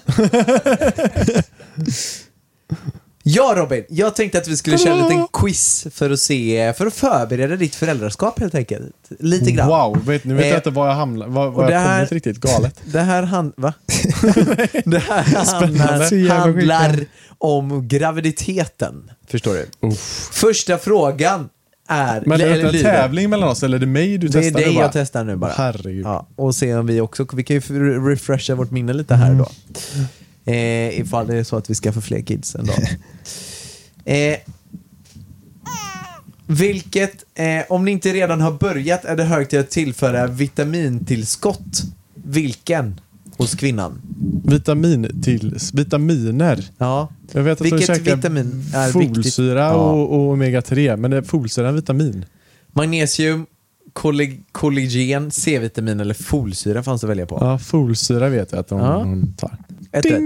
Ja Robin, jag tänkte att vi skulle köra en liten quiz för att se, för att förbereda ditt föräldraskap helt enkelt. Lite grann. Wow, vet, nu vet Eh, jag inte var jag hamnar. Var, och var det jag här- kommit riktigt galet. Det här, hand, va? det här Så handlar, jävla handlar sjukt. om graviditeten. Förstår du? Uff. Första frågan är... Men är det eller en lyder. tävling mellan oss eller är det mig du Det är testar det nu bara? jag testar nu bara. Herregud. Ja, och se om vi också... Vi kan ju re- refresha vårt minne lite här då. Eh, ifall det är så att vi ska få fler kids en dag. Eh, vilket, eh, om ni inte redan har börjat, är det hög tid att tillföra vitamintillskott. Vilken? Hos kvinnan. Vitamin till vitaminer. Ja. Jag vet att Vilket de käkar vitamin är folsyra viktigt? och, och omega tre, men det är folsyra en vitamin. Magnesium, kolleg- kollagen, C-vitamin eller folsyra fanns det att välja på. Ja, folsyra vet jag att de, Ja. de tar. Ett rätt.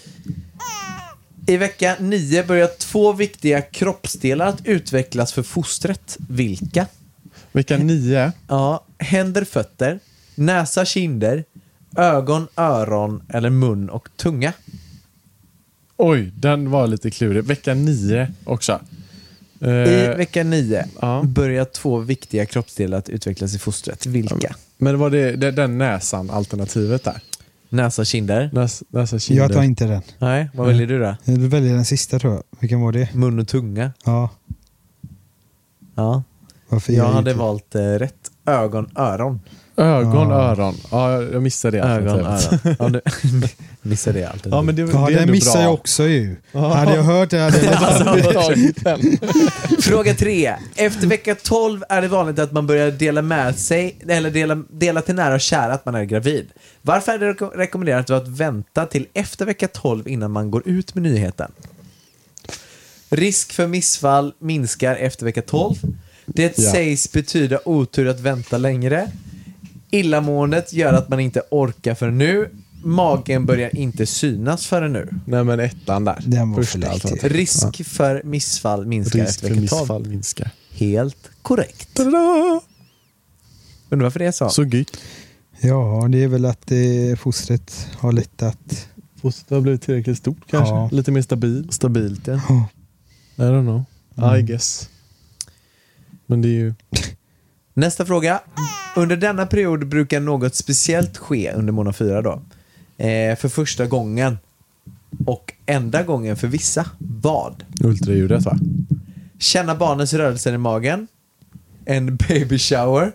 I vecka nio börjar två viktiga kroppsdelar att utvecklas för fostret. Vilka? Vecka nio. Ja, händer, fötter, näsa, kinder, ögon, öron eller mun och tunga. Oj, den var lite klurig. Vecka nio också. Eh, I vecka nio ja. börjar två viktiga kroppsdelar att utvecklas i fostret. Vilka? Men var det, det den näsan alternativet där? Näsa, kinder? Näs, näsa kinder. Jag tar inte den. Nej, vad väljer du då? Jag väljer den sista tror jag. Vilken var det? Mun och tunga? Ja. Ja. Varför Jag gör hade inte? valt eh, rätt. Ögon, öron. Ögon, Ja. öron. Ja, jag jag missade det. Ögon, alternativet. öron. Ja, du missade det alltid. Ja, men det, Ja, det är den ändå missar bra. jag också ju. Hade jag hört det hade jag Alltså, jag har tagit den. Fråga tre. Efter vecka tolv är det vanligt att man börjar dela med sig eller dela, dela till nära och kära att man är gravid. Varför är det reko- rekommenderat att vänta till efter vecka tolv innan man går ut med nyheten? Risk för missfall minskar efter vecka tolv. Det Ja. sägs betyda otur att vänta längre. Illamåendet gör att man inte orkar för nu. Magen börjar inte synas förrän nu. Nej, men ettan där. Den var Första för lätt. alternativet. Risk för missfall minskar Risk efter för vecka tolv. missfall minskar. Helt korrekt. Ta-da! Undrar varför det är så. Så gött. Ja, det är väl att eh, fostret har lättat. Fostret har blivit tillräckligt stort kanske. Ja. Lite mer stabil. Stabilt, ja. Ja. I don't know. Mm. I guess. Men det är ju... Nästa fråga. Under denna period brukar något speciellt ske under månad fyra då. Eh, för första gången. Och enda gången för vissa. Vad? Ultraljudet, va? Känna barnens rörelser i magen. En baby shower.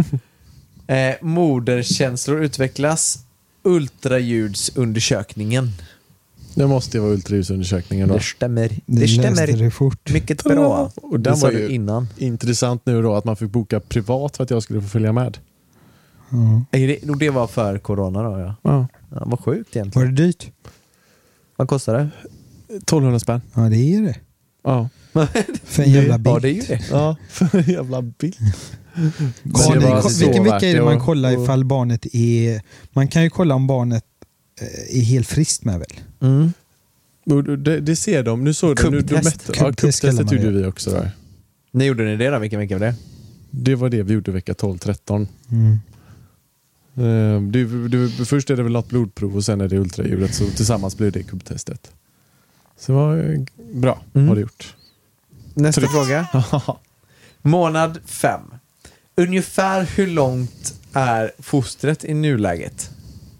eh, moderkänslor utvecklas. Ultraljudsundersökningen. Det måste ju vara ultraljudsundersökningen då. Det stämmer. Det, Det läste stämmer. det fort. Mycket bra. Och Det den sa var du ju innan. intressant nu då att man fick boka privat för att jag skulle få följa med. Ja. Är det, och det var för corona då, ja. Ja. Ja, vad sjukt egentligen. Var det dyrt? Vad kostar det? tolvhundra spänn. Ja, det är det. Ja. För en jävla Ja, bild. det är ju det. Ja, för en jävla bild. Kolla, det var ko- så vilken värt vecka är det det man och- kollar och- ifall barnet är... Man kan ju kolla om barnet eh, är helt friskt med väl? Mm. Och Det, det ser de. Nu såg de. Nu, de Kubbtest. mätte, ja, Kubbtest kallar kubbtestet man gjorde det. vi också där. När gjorde ni det då? Vilken vecka var det? Det var det vi gjorde vecka tolv tretton. Mm. Eh, det, det, först är det väl något blodprov och sen är det ultraljudet. Så tillsammans blir det kubbtestet. Så det var eh, bra. Mm. Har det gjort. Nästa Tryggt. fråga. Månad fem. Ungefär hur långt är fostret i nuläget?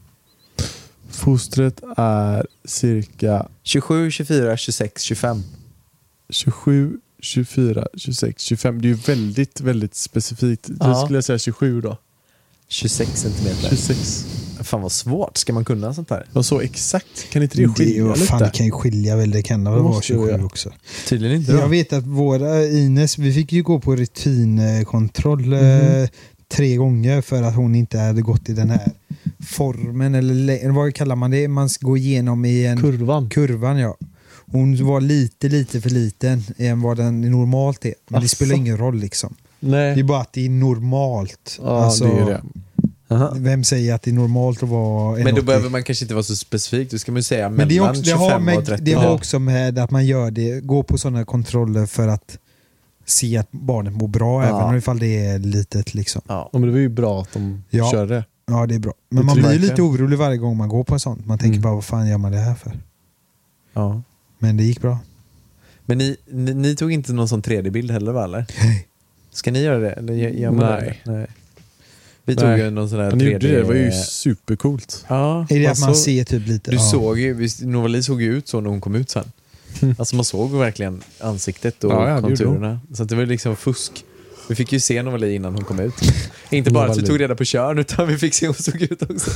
Fostret är cirka tjugosju, tjugofyra, tjugosex, tjugofem. tjugosju, tjugofyra, tjugosex, tjugofem. Det är ju väldigt, väldigt specifikt. Ja. Då skulle jag säga tjugosju då. tjugosex centimeter. tjugosex. Fan vad svårt. Ska man kunna sånt här? Och så exakt. Kan inte det Det, skilja vad lite? fan, det kan ju skilja väl. Det kan väl Det vara måste ju tjugosju göra. också. Tydligen inte Jag vet att våra Ines, vi fick ju gå på rutinkontroll eh, tre gånger för att hon inte hade gått i den här formen, eller lä- vad kallar man det? Man ska gå igenom i en Kurvan. kurvan, ja. Hon var lite, lite för liten än vad den normalt är. Men det Asså. spelar ingen roll liksom. Nej. Det är bara att det är normalt. Ja, Alltså, det är det. Aha. Vem säger att det är normalt att vara en Men då åttio? behöver man kanske inte vara så specifik. Då ska man ju säga Men det, är mellan också, det, har tjugofem och med, trettio. det har Ja. också med att man gör det, går på sådana kontroller för att se att barnet mår bra, Ja. även ifall det är litet liksom. Ja. Ja, men det var ju bra att de Ja. körde. Ja, det är bra. Det Men man tror blir ju jag lite verkligen. orolig varje gång man går på sånt. Man tänker Mm. bara, vad fan gör man det här för? Ja. Men det gick bra. Men ni, ni, ni tog inte någon sån tre D-bild heller, va? Eller? Nej. Ska ni göra det? Eller gör- gör man Nej. det? Nej. Vi tog Nej. ju någon sån här Han tre D... gjorde det. Det var ju supercoolt. Ja, Är det man att man såg- ser typ lite... Du ja. såg ju, visst, Novali såg ju ut så när hon kom ut sen. Alltså man såg verkligen ansiktet och Ja, ja, det gjorde konturerna. Så att det var liksom fusk. Vi fick ju se Novali innan hon kom ut. Inte bara att vi Novali. tog reda på kön, utan vi fick se hur hon såg ut också.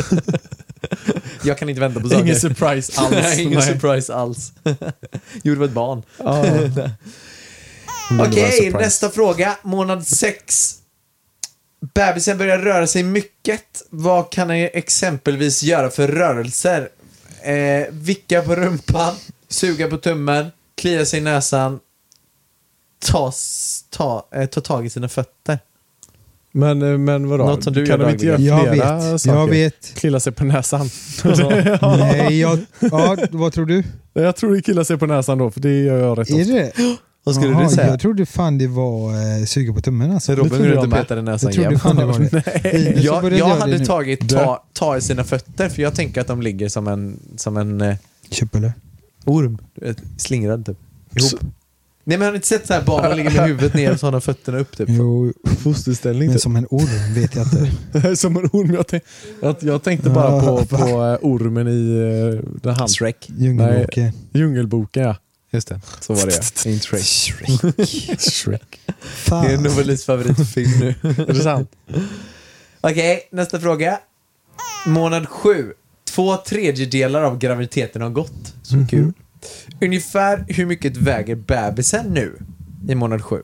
Jag kan inte vänta på saker. Ingen surprise alls. Nej, ingen Nej. surprise alls. Jo, det var ett barn. Ja. Men det var en Okej, surprise. nästa fråga. Månad sex. Bebisen börjar röra sig mycket. Vad kan jag exempelvis göra för rörelser? Eh, vicka på rumpan, suga på tummen, klia sig i näsan, ta, s- ta, eh, ta tag i sina fötter. Men, eh, men vadå? Något som du kan gör de inte göra Jag flera vet, saker? jag vet. Killa sig på näsan. Nej, jag... Ja, vad tror du? Jag tror det killar sig på näsan då, för det gör jag rätt Är ofta. det det? Vad skulle Jaha, du säga? Jag trodde fan det var eh, suga på tummen alltså. Så Robin trodde går jag runt och med. petar i näsan Jag trodde jämt. fan det var det. Ines, så Jag, började jag göra det hade nu. tagit ta, ta i sina fötter, för jag tänker att de ligger som en, som en eh, Köpele. orm. Du vet, slingrad typ. Ihop. Nej, men har ni inte sett så här barn ligger med huvudet ner och så har de fötterna upp typ? Jo, Fosterställning. men typ. som en orm vet jag inte. Som en orm. Jag, tänk, jag, jag tänkte bara Ja, på, va? på eh, ormen i uh, den hand, Shrek. Djungelboken. djungelboken. Ja. Just det, så var det. Inte Shrek. Shrek. Shrek. Det Fan. är Novelis favoritfilm nu. Är det sant? Okej, nästa fråga. Månad sju. Två tredjedelar av graviditeten har gått. Så Mhm. kul. Ungefär hur mycket väger bebisen nu i månad sju?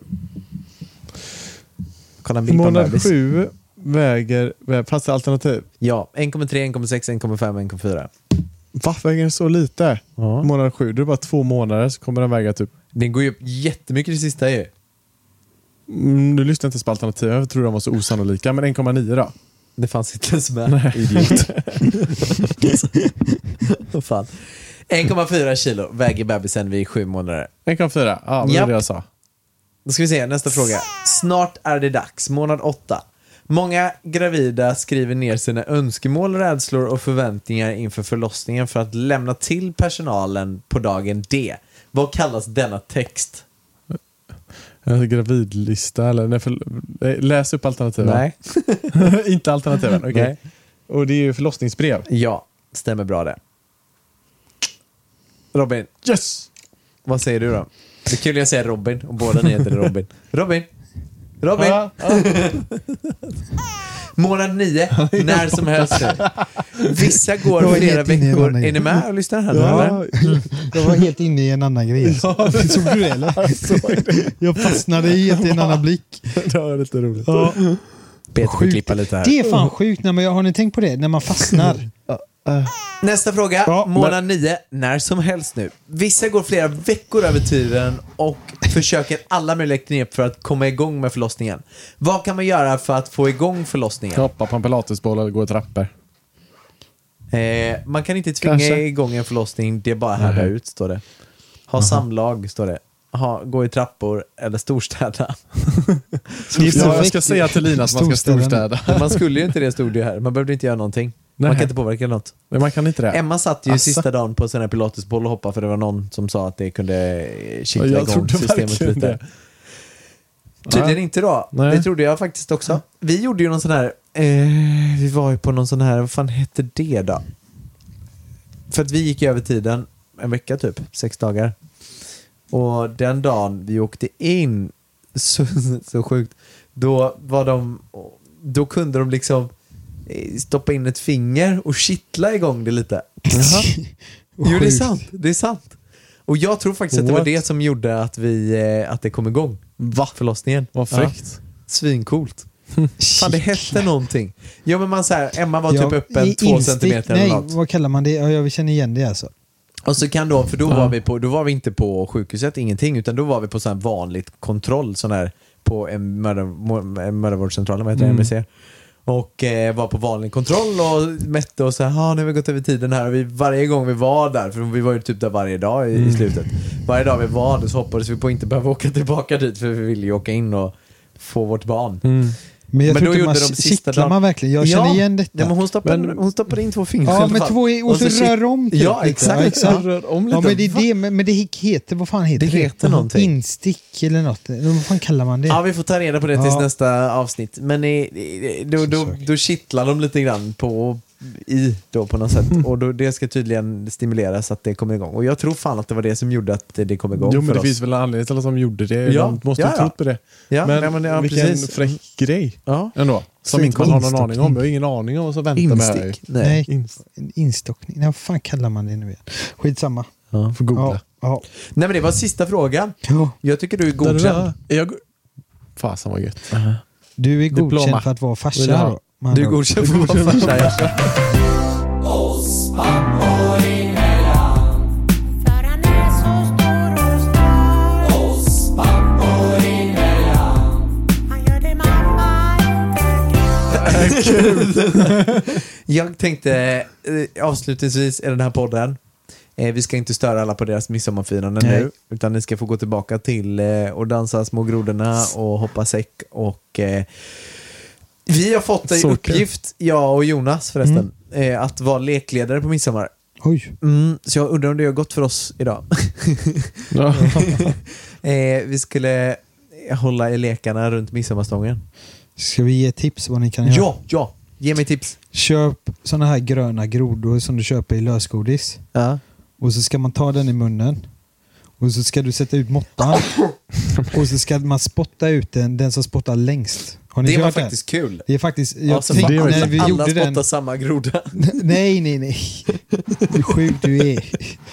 Kolla en bild på en Månad bebis. sju väger... vä- Fast alternativ. Ja, en komma tre, en komma sex, en komma fem, en komma fyra. Va? Väger den så lite? Ja. Månad sju. Det är bara två månader så kommer den väga typ... Den går ju upp jättemycket det sista ju. Mm, du lyssnar inte ens på alternativ. Jag tror de var så osannolika. Men en komma nio då? Det fanns inte ens med. Idiot. Vad fan. en komma fyra kilo väger bebisen vid sju månader. en komma fyra. Ja, det var Japp. det jag sa. Då ska vi se, nästa fråga. Snart är det dags, månad åtta. Många gravida skriver ner sina önskemål, rädslor och förväntningar inför förlossningen för att lämna till personalen på dagen D. Vad kallas denna text? En gravidlista eller nej, för, läs upp alternativen. Nej. Inte alternativen, okej. Okay. Och det är ju förlossningsbrev. Ja, stämmer bra det. Robin. Yes! Vad säger du då? Det är kul att jag säger Robin och båda ni heter Robin. Robin. Robin. Ja, ja. Månad nio, när som helst nu. Vissa går flera veckor. Är ni med och lyssnar här? Ja, jag var helt inne i en annan grej. Ja, såg du det eller? Jag fastnade helt i en annan blick. Det var lite roligt. Ja. Peter får klippa lite här. Det är fan sjukt. När man, har ni tänkt på det? När man fastnar. Nästa fråga, Ja, månad nio, när som helst nu. Vissa går flera veckor över tiden och försöker alla möjliga knep för att komma igång med förlossningen. Vad kan man göra för att få igång förlossningen? Hoppa på en pilatesboll eller gå i trappor. Eh, man kan inte tvinga Kanske. igång en förlossning, det är bara härda ut, står det. Ha uh-huh. samlag, står det. Ha, gå i trappor eller storstäda. Ja, jag ska säga till Lina att man ska storstäda. Man skulle ju inte det, stod det här. Man behövde inte göra någonting. Man Nej. kan inte påverka något. Men man kan inte det. Emma satt ju Asså. sista dagen på sån här pilatesboll och hoppade för det var någon som sa att det kunde kittla jag igång trodde systemet verkligen lite. det. Tydligen Nej. inte då. Nej. Det trodde jag faktiskt också. Vi gjorde ju någon sån här eh, vi var ju på någon sån här, vad fan hette det då? För att vi gick över tiden en vecka typ, sex dagar. Och den dagen vi åkte in så, så sjukt, då var de då kunde de liksom stoppa in ett finger och kittla igång det lite. Jaha. Jo, det är sant. Det är sant. Och jag tror faktiskt att det var What? det som gjorde att vi att det kom igång. Va? Förlossningen. Vad fräckt. Ja. Svincoolt. Fan, det hette någonting. Ja, men man så här, Emma var Ja, typ öppen i- två instick- centimeter Nej, eller något. vad kallar man det? Ja, jag känner igen det alltså. Och så kan då, för då Ja. var vi på, då var vi inte på sjukhuset, ingenting, utan då var vi på sån här vanligt kontroll, sån här på en mödra- en mödravårdscentral, vad heter det, Mm. M V C. Och eh, var på vanlig kontroll och mätte och så här, ah, nu har vi gått över tiden här. Och vi, varje gång vi var där, för vi var ju typ där varje dag i, Mm. i slutet. Varje dag vi var där så hoppades vi på att inte behöva åka tillbaka dit, för vi ville ju åka in och få vårt barn. Mm. Men jag Men tror då inte man gjorde de sista kittlar dagen- man verkligen. Jag känner Ja, igen detta. Ja, men hon stoppade, Men- hon stoppade in två fingrar. i Ja, alla men fall. två i, och så shit- rör om typ Ja, lite. exakt. Ja, exakt. Rör om lite. Ja, men det är det, men men det heter, vad fan heter Det det? heter någonting. Instick eller något. Vad fan kallar man det? Ja, vi får ta reda på det tills Ja. nästa avsnitt. Men i, i, då, då, då kittlar de lite grann på i då på något sätt. Och då, det ska tydligen stimuleras så att det kommer igång. Och jag tror fan att det var det som gjorde att det, det kom igång Jo, men för det oss. finns väl en anledning till att de gjorde det. Ja. De måste Ja, ha ja. trott på det. Ja, men nej, men ja, vilken precis. fräck grej Ja. ändå. Som inte man har någon aning om. Jag har ingen aning om vad som väntar med det. Instick. Nej. Nej, Inst- en instockning. Nej, vad fan kallar man det nu igen? Skitsamma. Ja. Får googla. Ja, ja. Nej, men det var sista frågan. Ja. Jag tycker du är godkänd. Är jag go- Fasen vad gött. Du är Diploma. godkänd för att vara Vill du farsa ha? då? Man Du är har- godkänd för att vara farsa. Ja. För han är så stor och stark. Han gör det mamma inte kan. Jag tänkte eh, avslutningsvis i den här podden, eh, vi ska inte störa alla på deras midsommarfirande Nej. nu, utan ni ska få gå tillbaka till eh, och dansa små grodorna och hoppa säck. Och eh, vi har fått en Så uppgift, jag och Jonas förresten, eh, att vara lekledare på midsommar. Oj. Mm, så jag undrar om det har gått för oss idag. Ja. eh, vi skulle hålla i lekarna runt midsommarstången. Ska vi ge tips vad ni kan göra? Ja, ja. Ge mig tips. Köp såna här gröna grodor som du köper i lösgodis. Ja. Och så ska man ta den i munnen. Och så ska du sätta ut måttan. Och så ska man spotta ut den, den som spottar längst. Har ni Det var hört faktiskt kul. det? Det är faktiskt... Jag Ja, så tänkte fan, när alla, vi alla gjorde spottar den... samma groda. Nej, nej, nej. Hur sjuk du är.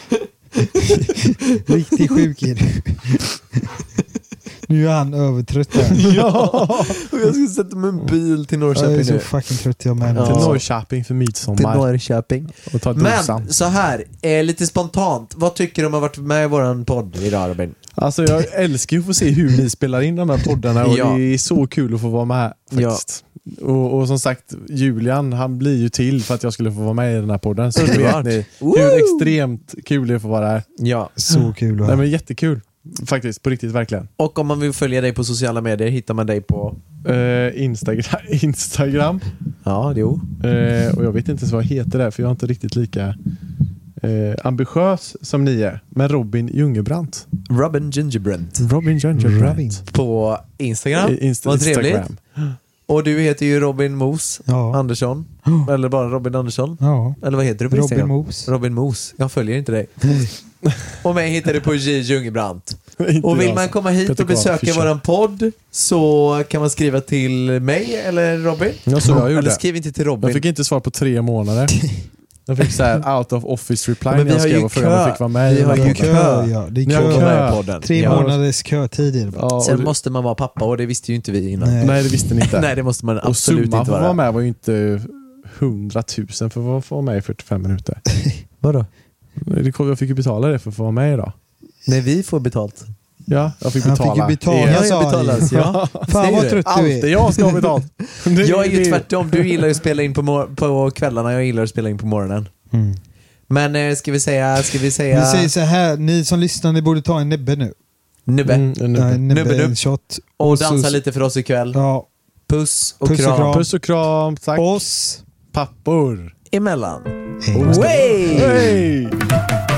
Riktigt sjuk är du. Nu är han övertrött här. Ja, och jag ska sätta mig en bil till Jag är Norrköping så nu. fucking trött jag med. Ja. Till Norrköping för Till midsommar. Norrköping. Och ta Men dosan. så här, eh, lite spontant. Vad tycker du om att ha varit med i våran podd idag, Robin? Alltså jag älskar ju att få se hur ni spelar in de här poddarna och Ja. det är så kul att få vara med faktiskt. Och, och som sagt, Julian han blir ju till för att jag skulle få vara med i den här podden. Så vet Underbart. ni Woo! hur extremt kul det är att få vara här. Ja. Så kul. Nej Va? men jättekul. Faktiskt, på riktigt, verkligen. Och om man vill följa dig på sociala medier hittar man dig på... Uh, Instagram. Instagram. Ja, jo. Uh, och jag vet inte vad jag heter där, för jag är inte riktigt lika uh, ambitiös som ni är. Men Robin Jungebrant. Robin Gingerbrandt. Robin Jungerbrandt. På Instagram. Insta- Vad trevligt. Instagram. Och du heter ju Robin Mos Ja. Andersson. Eller bara Robin Andersson. Ja. Eller vad heter du på Robin Instagram? Mos. Robin Mos. Jag följer inte dig. Och mig hittar du på J. Jungerbrandt. Inte Och vill jag. man komma hit Peter och besöka Fischer. våran podd så kan man skriva till mig eller Robin. Ja, så jag gjorde. Eller skriv inte till Robin. Jag fick inte svar på tre månader. Jag fick så här out of office reply Men vi när jag har ju skrev och frågade om kö. jag fick vara med. Vi i har den ju här Kö, podden. ja. Det är Ni har kö. Gå med i kö. podden. Tre Ja. månaders kötid är det bara. Ja, och Sen det- måste man vara pappa och det visste ju inte vi innan. Nej. Nej, det visste ni inte. Nej, det måste man Och absolut summan inte för att vara. vara med var ju inte hundratusen för att få vara med i fyrtiofem minuter. Vadå? Det kom- Jag fick ju betala det för att få vara med idag. Nej, vi får betalt. Ja, jag fick Han betala. fick ju betala. Er. Ja, jag betalas, ja. Fan Ser vad du? trött du Allt är är. jag ska ha betalt. Det- Jag är ju det- tvärtom. Du gillar ju att spela in på, mor- på kvällarna, jag gillar att spela in på morgonen. Mm. Men eh, ska vi säga, ska vi säga... Vi säger så här, ni som lyssnar, ni borde ta en nebbe nu. Nubbe. Mm, en Ja, nubbe. en nebbe, Nubbe, nubb. en shot. Och så- dansa lite för oss ikväll. Ja, Puss och Puss och kram. kram. Puss och kram, tack. oss. Pappor. Emellan. Hej. Way! Hej!